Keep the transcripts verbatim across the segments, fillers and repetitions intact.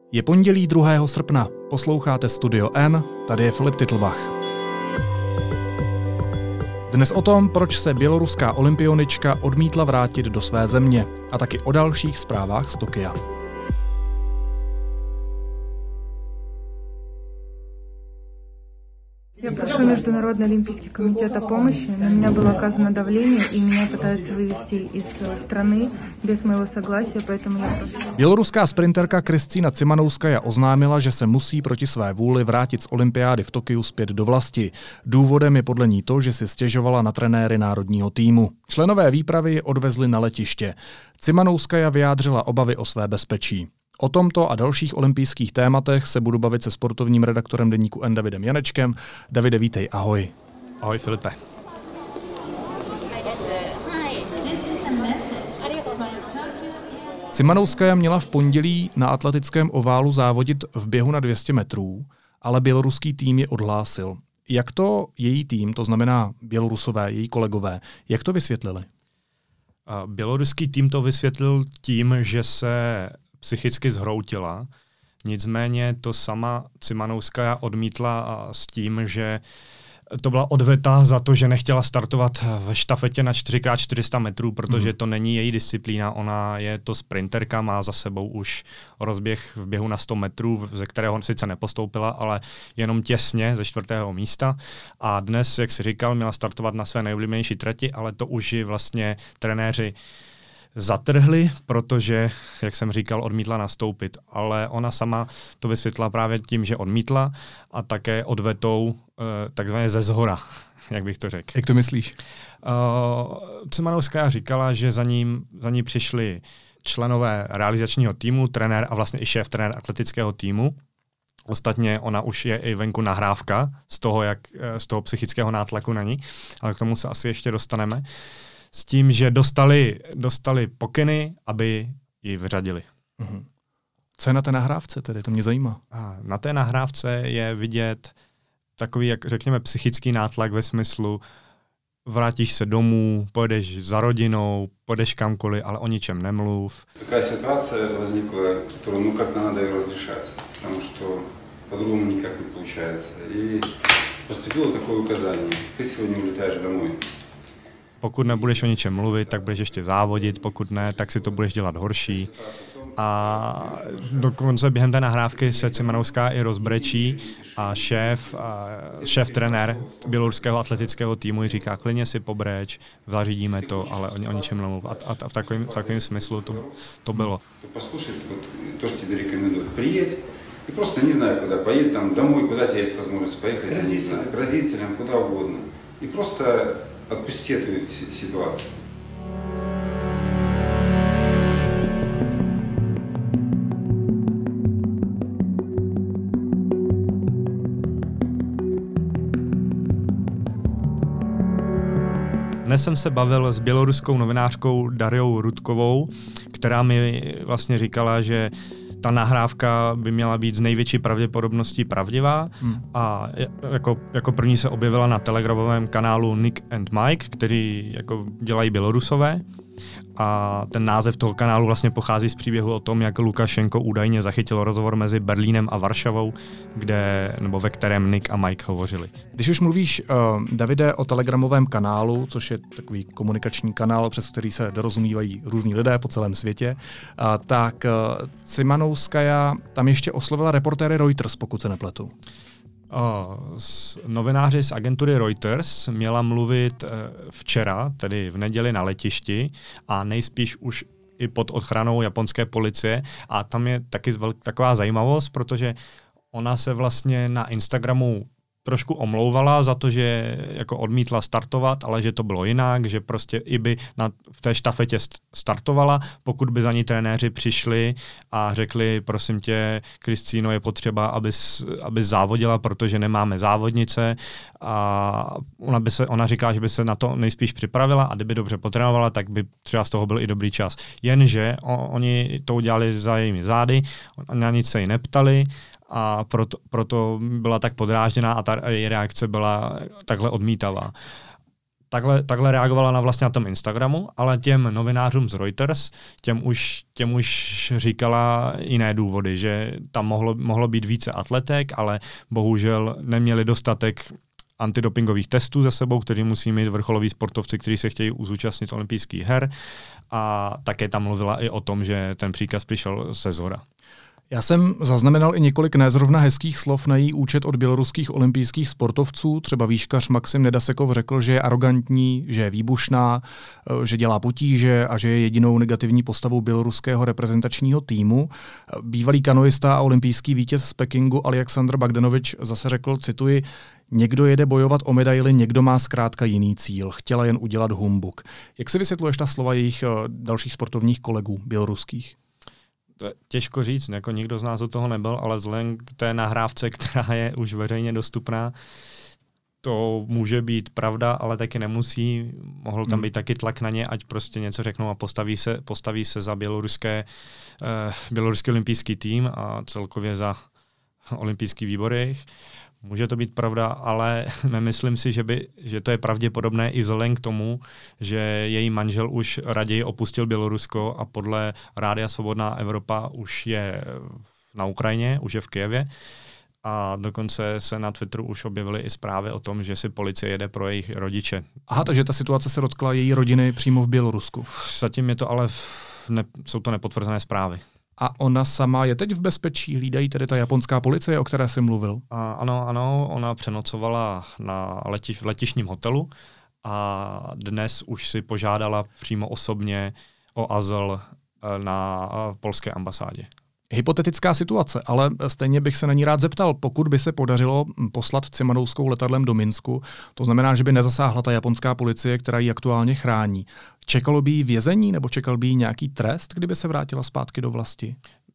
Je pondělí druhého srpna, posloucháte Studio N, tady je Filip Titlbach. Dnes o tom, proč se běloruská olympionička odmítla vrátit do své země a taky o dalších zprávách z Tokia. Я прошу Международный олимпийский комитет о помощи. На меня было оказано давление, и меня пытаются вывести из страны без моего согласия, поэтому я прошу. Běloruská sprinterka Kristýna Cimanouskaja oznámila, že se musí proti své vůli vrátit z olympiády v Tokiu zpět do vlasti. Důvodem je podle ní to, že si stěžovala na trenéry národního týmu. Členové výpravy ji odvezli na letiště. Cimanouskaja vyjádřila obavy o své bezpečí. O tomto a dalších olympijských tématech se budu bavit se sportovním redaktorem deníku N Davidem Janečkem. Davide, vítej, ahoj. Ahoj Filipe. Cimanouskaja měla v pondělí na atletickém oválu závodit v běhu na dvě stě metrů, ale běloruský tým je odhlásil. Jak to její tým, to znamená Bělorusové, její kolegové, jak to vysvětlili? Běloruský tým to vysvětlil tím, že se psychicky zhroutila. Nicméně to sama Cimanouskaja odmítla s tím, že to byla odveta za to, že nechtěla startovat ve štafetě na čtyři krát čtyři sta metrů, protože to není její disciplína. Ona je to sprinterka, má za sebou už rozběh v běhu na sto metrů, ze kterého sice nepostoupila, ale jenom těsně ze čtvrtého místa. A dnes, jak si říkal, měla startovat na své nejoblíbenější trati, ale to už ji vlastně trenéři zatrhli, protože, jak jsem říkal, odmítla nastoupit. Ale ona sama to vysvětlila právě tím, že odmítla a také odvetou e, takzvaně ze zhora, jak bych to řekl. Jak to myslíš? Uh, Cimanouskaja říkala, že za, ním, za ní přišli členové realizačního týmu, trenér a vlastně i šéf trenér atletického týmu. Ostatně ona už je i venku nahrávka z toho, jak, z toho psychického nátlaku na ní, ale k tomu se asi ještě dostaneme. S tím, že dostali, dostali pokyny, aby ji vyřadili. Uhum. Co je na té nahrávce tedy? To mě zajímá. A na té nahrávce je vidět takový, jak řekněme, psychický nátlak ve smyslu vrátíš se domů, pojedeš za rodinou, pojedeš kamkoliv, ale o ničem nemluv. Taková situace vznikla, kterou ну как-то надо ее разрешать, потому что по-другому никак не получается. И поступило такое указание: ты сегодня улетаешь домой. Pokud nebudeš o ničem mluvit, tak budeš ještě závodit, pokud ne, tak si to budeš dělat horší. A dokonce během té nahrávky se Cimanouskaja i rozbrečí a šéf, a šéf trenér běloruského atletického týmu říká, klidně si pobreč, zařídíme to, ale o, o ničem nemluv. A, a, a v takovém, v takovém smyslu to, to bylo. Послушай, то, что тебе рекомендуют, приедь, и просто не знаю, куда поедь, там домой, куда тебе есть возможность поехать, я не знаю, к родителям, куда угодно. И просто отпусти эту ситуацию. Dnes jsem se bavil s běloruskou novinářkou Dariou Rudkovou, která mi vlastně říkala, že ta nahrávka by měla být z největší pravděpodobností pravdivá hmm. a jako, jako první se objevila na telegramovém kanálu Nick and Mike, který jako dělají Bělorusové. A ten název toho kanálu vlastně pochází z příběhu o tom, jak Lukašenko údajně zachytil rozhovor mezi Berlínem a Varšavou, kde, nebo ve kterém Nick a Mike hovořili. Když už mluvíš, uh, Davide, o telegramovém kanálu, což je takový komunikační kanál, přes který se dorozumívají různí lidé po celém světě, uh, tak uh, Cimanouskaja tam ještě oslovila reportéry Reuters, pokud se nepletu. O, s novináři z agentury Reuters měla mluvit e, včera, tedy v neděli na letišti a nejspíš už i pod ochranou japonské policie a tam je taky zvel, taková zajímavost, protože ona se vlastně na Instagramu trošku omlouvala za to, že jako odmítla startovat, ale že to bylo jinak, že prostě i by na, v té štafetě startovala, pokud by za ní trenéři přišli a řekli, prosím tě, Kristýno, je potřeba, abys, abys závodila, protože nemáme závodnice a ona, by se, ona říkala, že by se na to nejspíš připravila a kdyby dobře potrénovala, tak by třeba z toho byl i dobrý čas. Jenže o, oni to udělali za jejími zády, na nic se jí neptali a proto, proto byla tak podrážděná a ta její reakce byla takhle odmítavá. takhle, takhle reagovala na vlastně na tom Instagramu, ale těm novinářům z Reuters, těm už, těm už říkala jiné důvody, že tam mohlo, mohlo být více atletek, ale bohužel neměli dostatek antidopingových testů za sebou, který musí mít vrcholoví sportovci, kteří se chtějí zúčastnit olympijských her, a také tam mluvila i o tom, že ten příkaz přišel ze zhora. Já jsem zaznamenal i několik nezrovna hezkých slov na její účet od běloruských olympijských sportovců. Třeba výškař Maxim Nedasekov řekl, že je arrogantní, že je výbušná, že dělá potíže a že je jedinou negativní postavou běloruského reprezentačního týmu. Bývalý kanoista a olympijský vítěz z Pekingu Alexandr Bagdanovič zase řekl, cituji, někdo jede bojovat o medaili, někdo má zkrátka jiný cíl. Chtěla jen udělat humbuk. Jak si vysvětluješ ta slova jejich dalších sportovních kolegů běloruských? To je těžko říct, jako nikdo z nás do toho nebyl, ale vzhledem k té nahrávce, která je už veřejně dostupná, to může být pravda, ale taky nemusí. Mohl tam být taky tlak na ně, ať prostě něco řeknou a postaví se, postaví se za běloruské, eh, běloruský olympijský tým a celkově za olympijský výbor jejich. Může to být pravda, ale nemyslím si, že, by, že to je pravděpodobné i vzhledem k tomu, že její manžel už raději opustil Bělorusko a podle Rádia Svobodná Evropa už je na Ukrajině, už je v Kyjevě. A dokonce se na Twitteru už objevily i zprávy o tom, že si policie jede pro jejich rodiče. Aha, takže ta situace se dotkla její rodiny přímo v Bělorusku. Zatím je to ale, ne, jsou to nepotvrzené zprávy. A ona sama je teď v bezpečí? Hlídají tedy ta japonská policie, o které jsi mluvil? A ano, ano, ona přenocovala na leti, v letišním hotelu a dnes už si požádala přímo osobně o azyl na polské ambasádě. Hypotetická situace, ale stejně bych se na ní rád zeptal, pokud by se podařilo poslat Cimanouskou letadlem do Minsku, to znamená, že by nezasáhla ta japonská policie, která ji aktuálně chrání. Čekalo by jí vězení nebo čekal by jí nějaký trest, kdyby se vrátila zpátky do vlasti?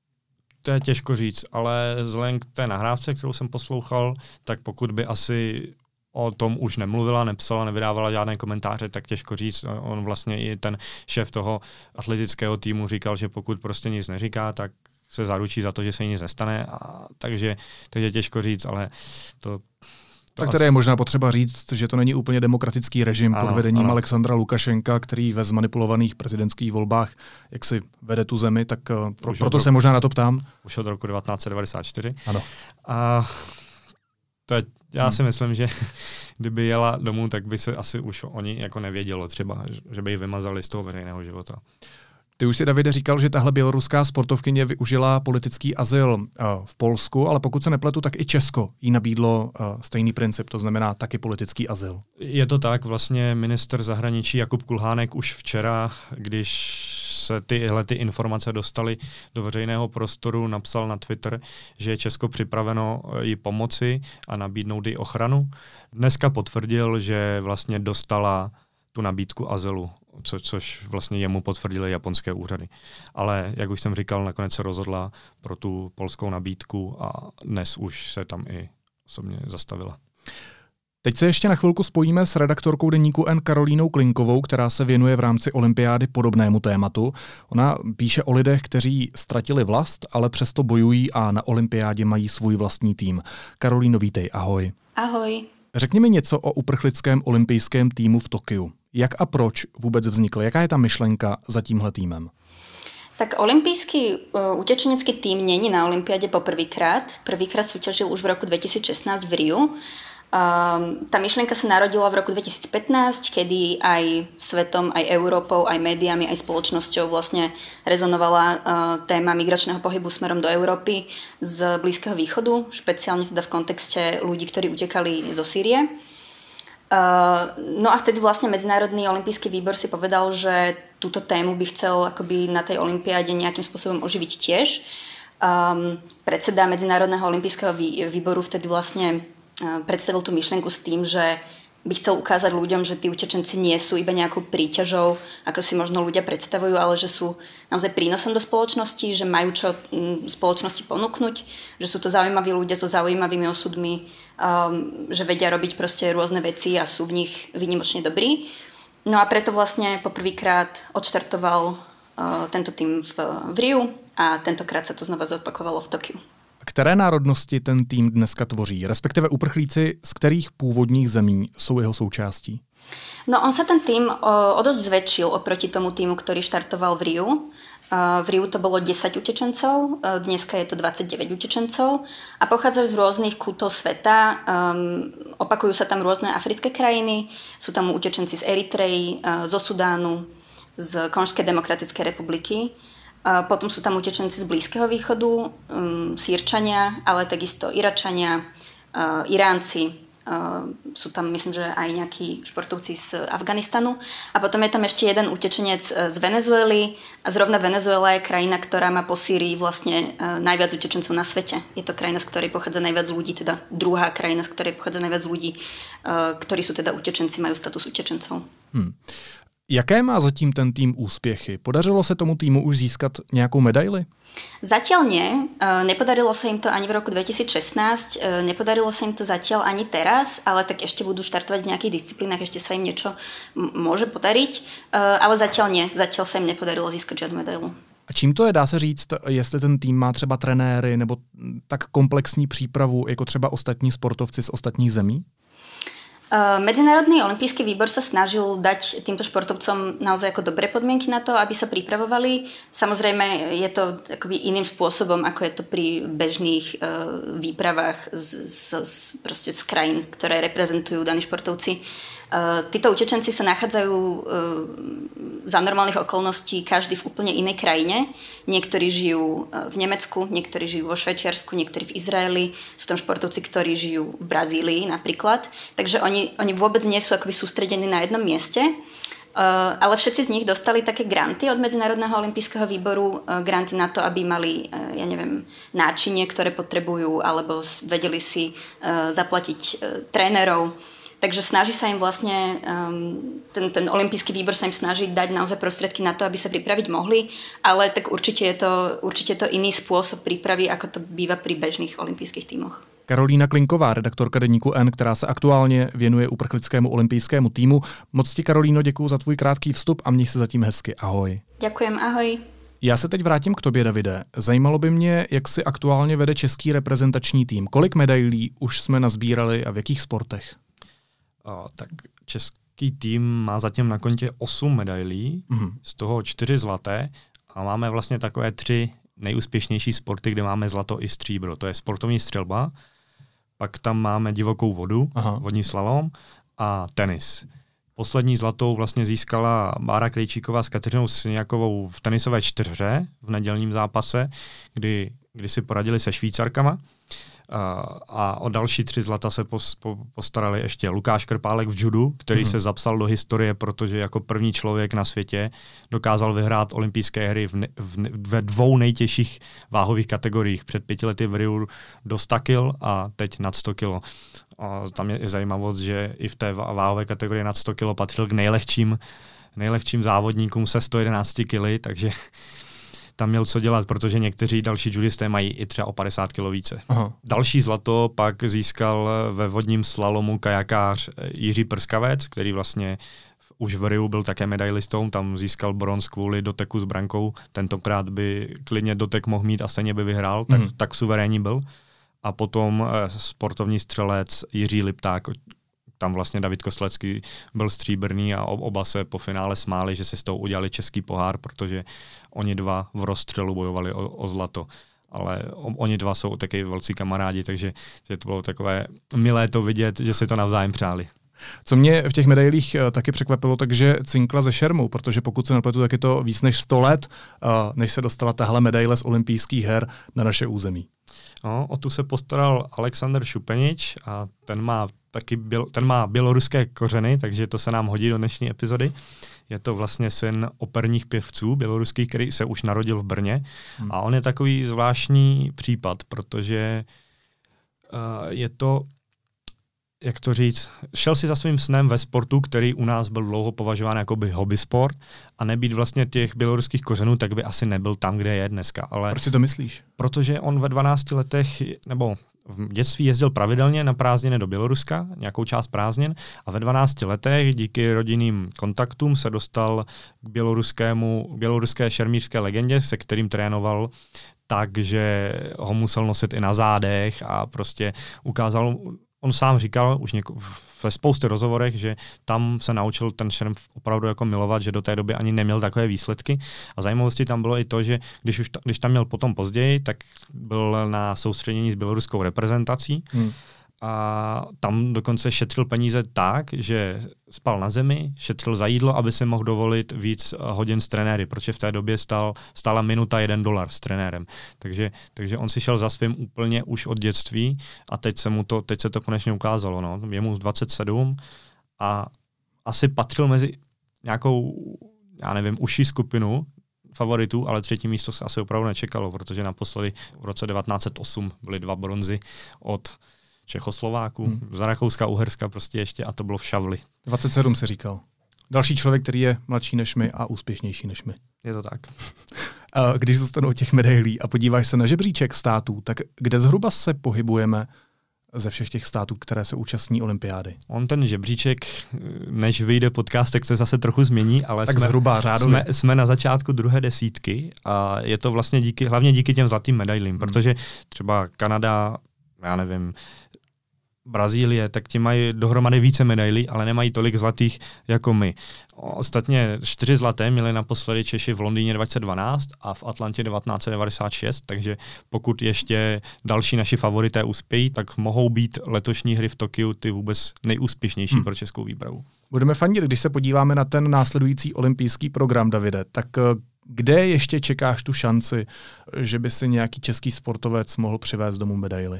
To je těžko říct, ale vzhledem k té nahrávce, kterou jsem poslouchal, tak pokud by asi o tom už nemluvila, nepsala, nevydávala žádné komentáře, tak těžko říct. On vlastně i ten šéf toho atletického týmu říkal, že pokud prostě nic neříká, tak se zaručí za to, že se jí nic nestane. A takže to je těžko říct, ale to... To tak tady je možná potřeba říct, že to není úplně demokratický režim ano, pod vedením ano. Alexandra Lukašenka, který ve zmanipulovaných prezidentských volbách jak si vede tu zemi, tak pro, proto se možná na to ptám. Už od roku devatenáct set devadesát čtyři. Ano. A to je, já si myslím, že kdyby jela domů, tak by se asi už oni jako nevědělo třeba, že by ji vymazali z toho veřejného života. Ty už si, Davide, říkal, že tahle běloruská sportovkyně využila politický azyl uh, v Polsku, ale pokud se nepletu, tak i Česko jí nabídlo uh, stejný princip, to znamená taky politický azyl. Je to tak, vlastně ministr zahraničí Jakub Kulhánek už včera, když se tyhle ty informace dostaly do veřejného prostoru, napsal na Twitter, že je Česko připraveno jí pomoci a nabídnout jí ochranu. Dneska potvrdil, že vlastně dostala tu nabídku azylu, co, což vlastně jemu potvrdily japonské úřady. Ale, jak už jsem říkal, nakonec se rozhodla pro tu polskou nabídku a dnes už se tam i osobně zastavila. Teď se ještě na chvilku spojíme s redaktorkou deníku N Karolínou Klinkovou, která se věnuje v rámci olympiády podobnému tématu. Ona píše o lidech, kteří ztratili vlast, ale přesto bojují a na olympiádě mají svůj vlastní tým. Karolíno, vítej, ahoj. Ahoj. Řekni mi něco o uprchlickém olympijském týmu v Tokiu. Jak a proč vůbec vznikl? Jaká je ta myšlenka za tímhle týmem? Tak olympijský uh, utečenecký tým není na olympiáde poprvýkrát. Prvýkrát súťažil už v roku dvetisícšestnásť v Riu. Um, tá myšlienka sa narodila v roku dvetisícpätnásť, kedy aj svetom, aj Európou, aj médiami, aj spoločnosťou vlastne rezonovala uh, téma migračného pohybu smerom do Európy z Blízkeho východu, špeciálne teda v kontexte ľudí, ktorí utekali zo Sýrie. Uh, no a vtedy vlastne Medzinárodný olympijský výbor si povedal, že túto tému by chcel akoby na tej olympiáde nejakým spôsobom oživiť tiež. Um, predseda Medzinárodného olympijského výboru vtedy vlastne predstavil tú myšlienku s tým, že by chcel ukázať ľuďom, že tí utečenci nie sú iba nejakou príťažou, ako si možno ľudia predstavujú, ale že sú naozaj prínosom do spoločnosti, že majú čo spoločnosti ponúknuť, že sú to zaujímaví ľudia so zaujímavými osudmi, um, že vedia robiť proste rôzne veci a sú v nich výnimočne dobrí. No a preto vlastne poprvýkrát odštartoval uh, tento tým v, v Riu a tentokrát sa to znova zopakovalo v Tokiu. Které národnosti ten tým dneska tvoří, respektive uprchlíci, z kterých původních zemí jsou jeho součástí? No on sa ten tým o, o dosť zväčšil oproti tomu týmu, ktorý štartoval v Riu. V Riu to bolo desať utečencov, dneska je to dvadsaťdeväť utečencov a pochádzajú z rôznych kútov sveta. Um, opakujú sa tam rôzne africké krajiny, sú tam utečenci z Eritreji, zo Sudánu, z Konžskej demokratickej republiky. Uh, potom sú tam utečenci z Blízkeho východu, um, Sýrčania, ale takisto Iračania, uh, Iránci. Uh, sú tam, myslím, že aj nejakí športovci z Afganistanu. A potom je tam ešte jeden utečenec z Venezuely. A zrovna Venezuela je krajina, ktorá má po Sýrii vlastne uh, najviac utečencov na svete. Je to krajina, z ktorej pochádza najviac ľudí, teda druhá krajina, z ktorej pochádza najviac ľudí, uh, ktorí sú teda utečenci, majú status utečencov. Hmm. Jaké má zatím ten tým úspěchy? Podařilo se tomu týmu už získat nějakou medaili? Zatiaľ nie. Nepodarilo sa im to ani v roku dvetisícšestnásť, nepodarilo sa im to zatiaľ ani teraz, ale tak ešte budú štartovať v nejakých disciplínach, ešte sa im niečo m- môže podariť, ale zatiaľ nie. Zatiaľ sa im nepodarilo získať žiadnu medailu. A čím to je, dá se říct, jestli ten tým má třeba trenéry nebo tak komplexní přípravu jako třeba ostatní sportovci z ostatních zemí? Medzinárodný olympijský výbor sa snažil dať týmto športovcom naozaj ako dobré podmienky na to, aby sa pripravovali. Samozrejme je to akoby iným spôsobom, ako je to pri bežných uh, výpravách z, z, z, proste z krajín, ktoré reprezentujú daní športovci. Uh, títo utečenci sa nachádzajú uh, za normálnych okolností každý v úplne inej krajine. Niektorí žijú uh, v Nemecku, niektorí žijú vo Švajčiarsku, niektorí v Izraeli. Sú tam športovci, ktorí žijú v Brazílii napríklad. Takže oni, oni vôbec nie sú akoby sústredení na jednom mieste. Uh, ale všetci z nich dostali také granty od Medzinárodného olympijského výboru, uh, granty na to, aby mali, uh, ja neviem, náčinie, ktoré potrebujú, alebo vedeli si uh, zaplatiť uh, trénerov. Takže snaží sa im vlastne, um, ten, ten olympijský výbor sa im snaží dať naozaj prostriedky na to, aby sa pripraviť mohli, ale tak určite je to, určite to iný spôsob prípravy, ako to býva pri bežných olympijských tímoch. Karolína Klinková, redaktorka deníku N, která se aktuálně věnuje uprchlickému olympijskému týmu. Moc ti, Karolíno, děkuju za tvůj krátký vstup a měj se zatím hezky. Ahoj. Ďakujem, ahoj. Já se teď vrátím k tobě, Davide. Zajímalo by mě, jak si aktuálně vede český reprezentační tým. Kolik medailí už jsme nazbírali a v jakých sportech? O, tak český tým má zatím na kontě osm medailí, mm-hmm. z toho čtyři zlaté a máme vlastně takové tři nejúspěšnější sporty, kde máme zlato i stříbro. To je sportovní střelba, pak tam máme divokou vodu, Aha. vodní slalom a tenis. Poslední zlatou vlastně získala Bára Krejčíková s Kateřinou Siniakovou v tenisové čtyřhře v nedělním zápase, kdy, kdy si poradili se Švýcarkama. A o další tři zlata se postarali ještě Lukáš Krpálek v judu, který hmm. se zapsal do historie, protože jako první člověk na světě dokázal vyhrát olympijské hry v ne, v, ve dvou nejtěžších váhových kategoriích. Před pěti lety v Riu do sto kil a teď nad sto kilo. A tam je i zajímavost, že i v té váhové kategorii nad sto kilo patřil k nejlehčím, nejlehčím závodníkům se sto jedenáct kily, takže tam měl co dělat, protože někteří další judisté mají i třeba o padesát kilo více. Aha. Další zlato pak získal ve vodním slalomu kajakář Jiří Prskavec, který vlastně už v Riu byl také medailistou, tam získal bronz kvůli doteku s brankou. Tentokrát by klidně dotek mohl mít a stejně by vyhrál, tak, mm. tak suverénní byl. A potom sportovní střelec Jiří Lipták, tam vlastně David Kostelecký byl stříbrný a oba se po finále smáli, že si z toho udělali český pohár, protože oni dva v rozstřelu bojovali o, o zlato. Ale oni dva jsou taky velcí kamarádi, takže že to bylo takové milé to vidět, že si to navzájem přáli. Co mě v těch medailích taky překvapilo, takže cinkla ze šermu, protože pokud se nepletu, tak je to víc než sto let, než se dostala tahle medaile z olympijských her na naše území. No, o tu se postaral Alexander Šupenič a ten má taky bělo, ten má běloruské kořeny, takže to se nám hodí do dnešní epizody. Je to vlastně syn operních pěvců běloruských, který se už narodil v Brně hmm. a on je takový zvláštní případ, protože uh, je to, jak to říct, šel si za svým snem ve sportu, který u nás byl dlouho považován jako by hobby sport a nebýt vlastně těch běloruských kořenů, tak by asi nebyl tam, kde je dneska. Ale proč si to myslíš? Protože on ve dvanácti letech, nebo v dětství jezdil pravidelně na prázdniny do Běloruska, nějakou část prázdnin, a ve dvanácti letech díky rodinným kontaktům se dostal k běloruskému, běloruské šermířské legendě, se kterým trénoval tak, že ho musel nosit i na zádech a prostě ukázal, on sám říkal už něko, ve spoustě rozhovorech, že tam se naučil ten šerm opravdu jako milovat, že do té doby ani neměl takové výsledky. A zajímavostí tam bylo i to, že když, už ta, když tam měl potom později, tak byl na soustředění s běloruskou reprezentací. Hmm. A tam dokonce šetřil peníze tak, že spal na zemi, šetřil za jídlo, aby si mohl dovolit víc hodin s trenéry, protože v té době stál, stála minuta jeden dolar s trenérem. Takže, takže on si šel za svým úplně už od dětství a teď se mu to, teď se to konečně ukázalo. No. Je mu dvacet sedm a asi patřil mezi nějakou, já nevím, užší skupinu favoritů, ale třetí místo se asi opravdu nečekalo, protože naposledy v roce devatenáct set osm byly dva bronzy od Čechoslováků, hmm. za Rakouska, Uherska prostě ještě a to bylo v Šavli. dvacet sedm se říkal. Další člověk, který je mladší než my a úspěšnější než my. Je to tak. Když zůstanou těch medailí a podíváš se na žebříček států, tak kde zhruba se pohybujeme ze všech těch států, které se účastní olympiády? On ten žebříček, než vyjde podcast, tak se zase trochu změní, ale tak jsme, zhruba řádově. Jsme, jsme na začátku druhé desítky a je to vlastně díky, hlavně díky těm zlatým medailím, hmm. protože třeba Kanada, já nevím, Brazílie, tak ti mají dohromady více medailí, ale nemají tolik zlatých jako my. Ostatně čtyři zlaté měli naposledy Češi v Londýně dva tisíce dvanáct a v Atlantě devatenáct set devadesát šest, takže pokud ještě další naši favorité uspějí, tak mohou být letošní hry v Tokiu ty vůbec nejúspěšnější hmm. pro českou výpravu. Budeme fandit, když se podíváme na ten následující olympijský program, Davide, tak kde ještě čekáš tu šanci, že by si nějaký český sportovec mohl přivést domů medaili?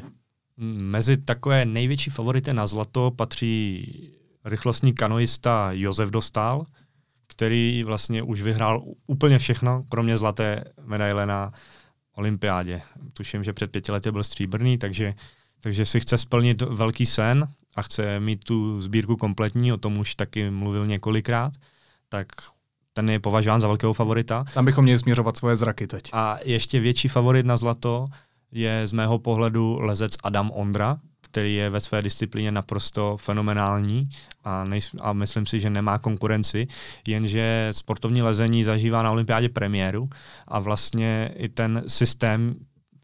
Mezi takové největší favority na zlato patří rychlostní kanoista Josef Dostál, který vlastně už vyhrál úplně všechno, kromě zlaté medaile na olympiádě. Tuším, že před pěti lety byl stříbrný, takže, takže si chce splnit velký sen a chce mít tu sbírku kompletní, o tom už taky mluvil několikrát, tak ten je považován za velkého favorita. Tam bychom měli směřovat svoje zraky teď. A ještě větší favorit na zlato je z mého pohledu lezec Adam Ondra, který je ve své disciplíně naprosto fenomenální a, nejsm, a myslím si, že nemá konkurenci, jenže sportovní lezení zažívá na olympiádě premiéru a vlastně i ten systém,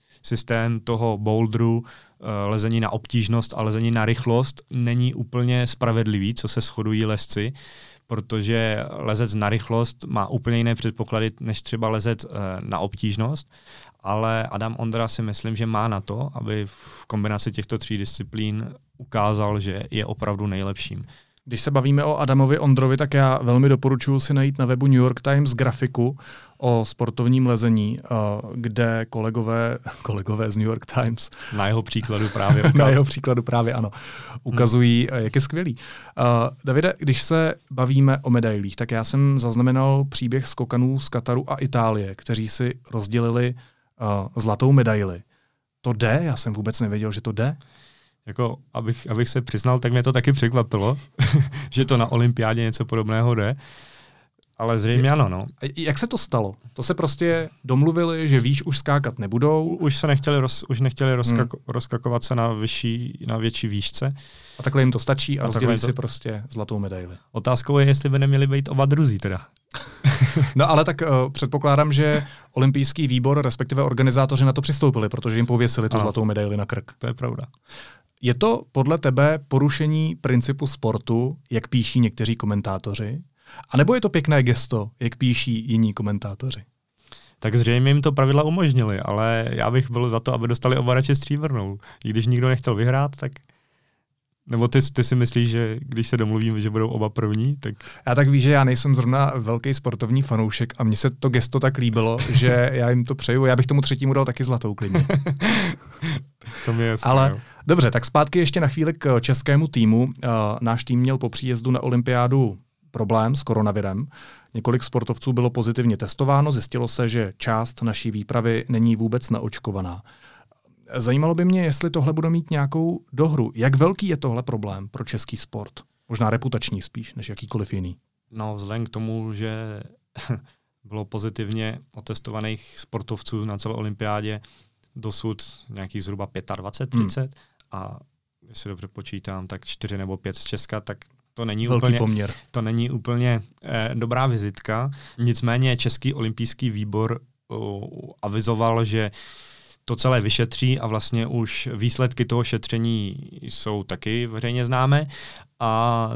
systém toho boulderu, lezení na obtížnost a lezení na rychlost není úplně spravedlivý, co se shodují lezci, protože lezec na rychlost má úplně jiné předpoklady než třeba lezec na obtížnost, ale Adam Ondra si myslím, že má na to, aby v kombinaci těchto tří disciplín ukázal, že je opravdu nejlepším. Když se bavíme o Adamovi Ondrovi, tak já velmi doporučuji si najít na webu New York Times grafiku o sportovním lezení, kde kolegové, kolegové z New York Times na jeho příkladu právě na jeho příkladu právě ano, ukazují, hmm. jak je skvělý. Uh, Davide, když se bavíme o medailích, tak já jsem zaznamenal příběh skokanů z Kataru a Itálie, kteří si rozdělili uh, zlatou medaili. To jde? Já jsem vůbec nevěděl, že to jde. Jako, abych, abych se přiznal, tak mě to taky překvapilo, že to na olympiádě něco podobného jde. Ale zřejmě ano, no. Jak se to stalo? To se prostě domluvili, že výš už skákat nebudou? Už se nechtěli, roz, už nechtěli rozkako, hmm. rozkakovat se na, vyšší, na větší výšce. A takhle jim to stačí a rozdělí to... si prostě zlatou medaili. Otázkou je, jestli by neměli být oba druzí teda. No ale tak uh, předpokládám, že olympijský výbor, respektive organizátoři na to přistoupili, protože jim pověsili tu ano. zlatou medaili na krk. To je pravda. Je to podle tebe porušení principu sportu, jak píší někteří komentátoři? A nebo je to pěkné gesto, jak píší jiní komentátoři? Tak zřejmě jim to pravidla umožnili, ale já bych byl za to, aby dostali oba radši stříbrnou. I když nikdo nechtěl vyhrát, tak... Nebo ty, ty si myslíš, že když se domluvíme, že budou oba první, tak... Já tak víš, že já nejsem zrovna velký sportovní fanoušek a mně se to gesto tak líbilo, že já jim to přeju. Já bych tomu třetímu dal taky zlatou klidně. To mi je jasný, Ale jo. Dobře, tak zpátky ještě na chvíli k českému týmu. Uh, náš tým měl po příjezdu na olympiádu problém s koronavirem. Několik sportovců bylo pozitivně testováno, zjistilo se, že část naší výpravy není vůbec naočkovaná. Zajímalo by mě, jestli tohle bude mít nějakou dohru. Jak velký je tohle problém pro český sport? Možná reputační spíš, než jakýkoliv jiný. No, vzhledem k tomu, že bylo pozitivně otestovaných sportovců na celé olympiádě dosud nějakých zhruba dvacet pět třicet hmm. a jestli dobře počítám, tak čtyři nebo pět z Česka, tak to není velký úplně, poměr. To není úplně eh, dobrá vizitka. Nicméně Český olympijský výbor uh, avizoval, že to celé vyšetří a vlastně už výsledky toho šetření jsou taky veřejně známé. A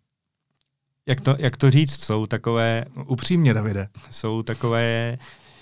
jak to, jak to říct, jsou takové... Upřímně, Davide. Jsou takové,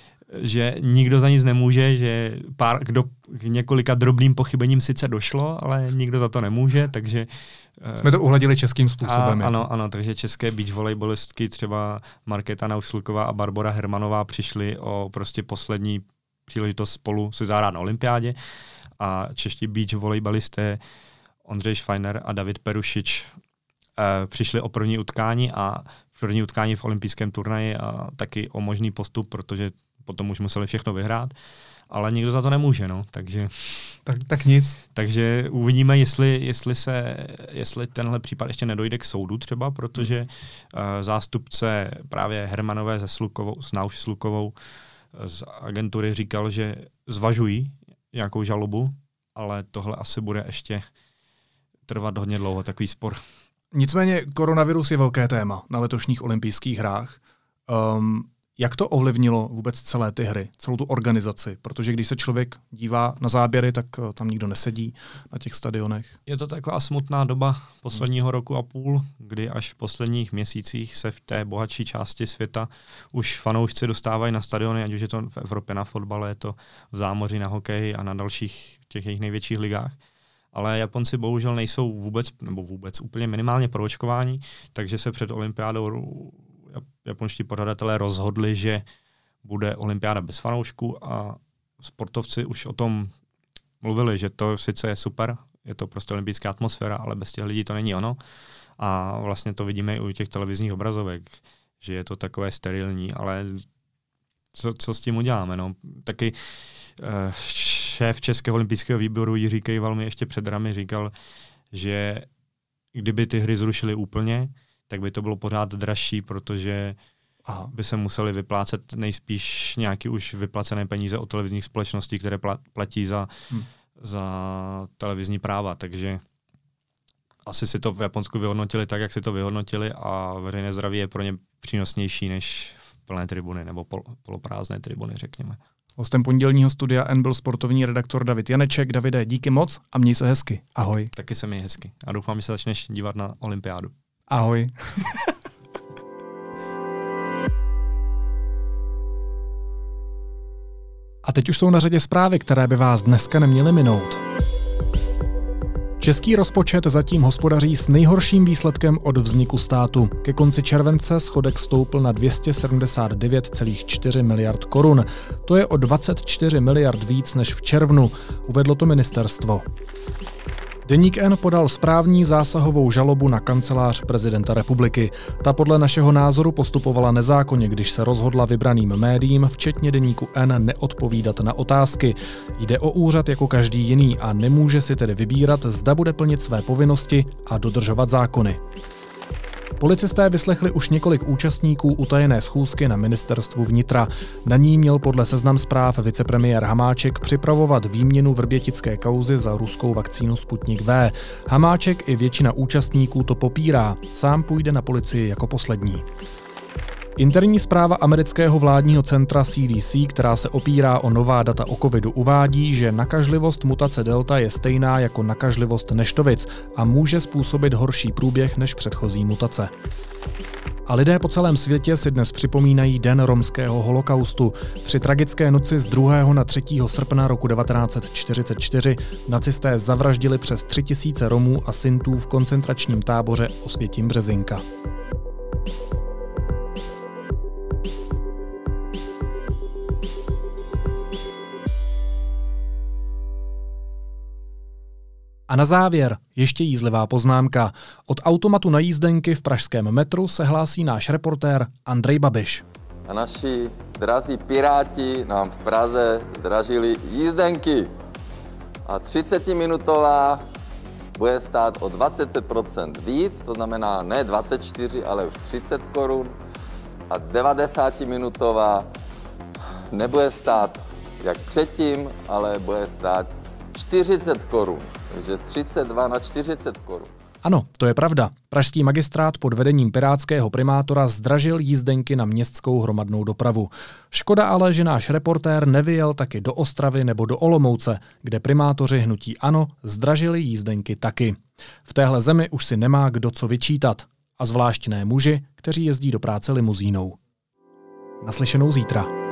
že nikdo za nic nemůže, že pár, kdo k několika drobným pochybením sice došlo, ale nikdo za to nemůže, takže... Jsme to uhladili českým způsobem. A, ano, ano, takže české beach volejbalistky, třeba Markéta Naušilková a Barbora Hermanová přišly o prostě poslední příležitost spolu se zahrát na olympiádě a čeští beach volejbalisté Ondřej Švajner a David Perušič eh, přišli o první utkání a první utkání v olympijském turnaji a taky o možný postup, protože potom už museli všechno vyhrát, ale nikdo za to nemůže, no, takže... Tak, tak nic. Takže uvidíme, jestli, jestli, se, jestli tenhle případ ještě nedojde k soudu třeba, protože uh, zástupce právě Hermanové se Slukovou, s Nauš Slukovou z agentury říkal, že zvažují nějakou žalobu, ale tohle asi bude ještě trvat hodně dlouho, takový spor. Nicméně koronavirus je velké téma na letošních olympijských hrách. Um, jak to ovlivnilo vůbec celé ty hry, celou tu organizaci? Protože když se člověk dívá na záběry, tak tam nikdo nesedí na těch stadionech. Je to taková smutná doba posledního roku a půl, kdy až v posledních měsících se v té bohatší části světa už fanoušci dostávají na stadiony, ať už je to v Evropě na fotbale, je to v zámoří na hokeji a na dalších těch jejich největších ligách. Ale Japonci bohužel nejsou vůbec, nebo vůbec úplně minimálně proočkováni, takže se před olympiádou japonští pořadatelé rozhodli, že bude olympiáda bez fanoušků a sportovci už o tom mluvili, že to sice je super, je to prostě olympijská atmosféra, ale bez těch lidí to není ono. A vlastně to vidíme i u těch televizních obrazovek, že je to takové sterilní, ale co, co s tím uděláme? No? Taky eh, šéf Českého olympijského výboru Jiří Kejval mi ještě před ramy říkal, že kdyby ty hry zrušily úplně, tak by to bylo pořád dražší, protože Aha. by se museli vyplácet nejspíš nějaký už vyplacené peníze od televizních společností, které platí za, hmm. za televizní práva. Takže asi si to v Japonsku vyhodnotili tak, jak si to vyhodnotili a veřejné zdraví je pro ně přínosnější než v plné tribuny nebo pol, poloprázdné tribuny, řekněme. Hostem pondělního studia N byl sportovní redaktor David Janeček. Davide, díky moc a měj se hezky. Ahoj. Taky se měj hezky a doufám, že se začneš dívat na olympiádu. Ahoj. A teď už jsou na řadě zprávy, které by vás dneska neměly minout. Český rozpočet zatím hospodaří s nejhorším výsledkem od vzniku státu. Ke konci července schodek stoupl na dvě stě sedmdesát devět celá čtyři miliard korun. To je o dvacet čtyři miliard víc než v červnu, uvedlo to ministerstvo. Deník N podal správní zásahovou žalobu na kancelář prezidenta republiky. Ta podle našeho názoru postupovala nezákonně, když se rozhodla vybraným médiím, včetně Deníku N, neodpovídat na otázky. Jde o úřad jako každý jiný a nemůže si tedy vybírat, zda bude plnit své povinnosti a dodržovat zákony. Policisté vyslechli už několik účastníků utajené schůzky na ministerstvu vnitra. Na ní měl podle Seznam Zpráv vicepremiér Hamáček připravovat výměnu vrbětické kauzy za ruskou vakcínu Sputnik V. Hamáček i většina účastníků to popírá. Sám půjde na policii jako poslední. Interní zpráva amerického vládního centra C D C, která se opírá o nová data o covidu, uvádí, že nakažlivost mutace delta je stejná jako nakažlivost neštovic a může způsobit horší průběh než předchozí mutace. A lidé po celém světě si dnes připomínají Den romského holokaustu. Při tragické noci z druhého na třetího srpna roku devatenáct set čtyřicet čtyři nacisté zavraždili přes tři tisíce Romů a Sintů v koncentračním táboře Osvětim-Březinka. A na závěr ještě jízlivá poznámka. Od automatu na jízdenky v pražském metru se hlásí náš reportér Andrej Babiš. A naši drazí piráti nám v Praze zdražili jízdenky. A třicetiminutová bude stát o dvacet procent víc, to znamená ne dvacet čtyři, ale už třicet korun. A devadesátiminutová nebude stát jak předtím, ale bude stát čtyřicet korun. Takže z třicet dva na čtyřicet korun. Ano, to je pravda. Pražský magistrát pod vedením pirátského primátora zdražil jízdenky na městskou hromadnou dopravu. Škoda ale, že náš reportér nevyjel taky do Ostravy nebo do Olomouce, kde primátoři hnutí ANO zdražili jízdenky taky. V téhle zemi už si nemá kdo co vyčítat. A zvlášť ne muži, kteří jezdí do práce limuzínou. Naslyšenou zítra.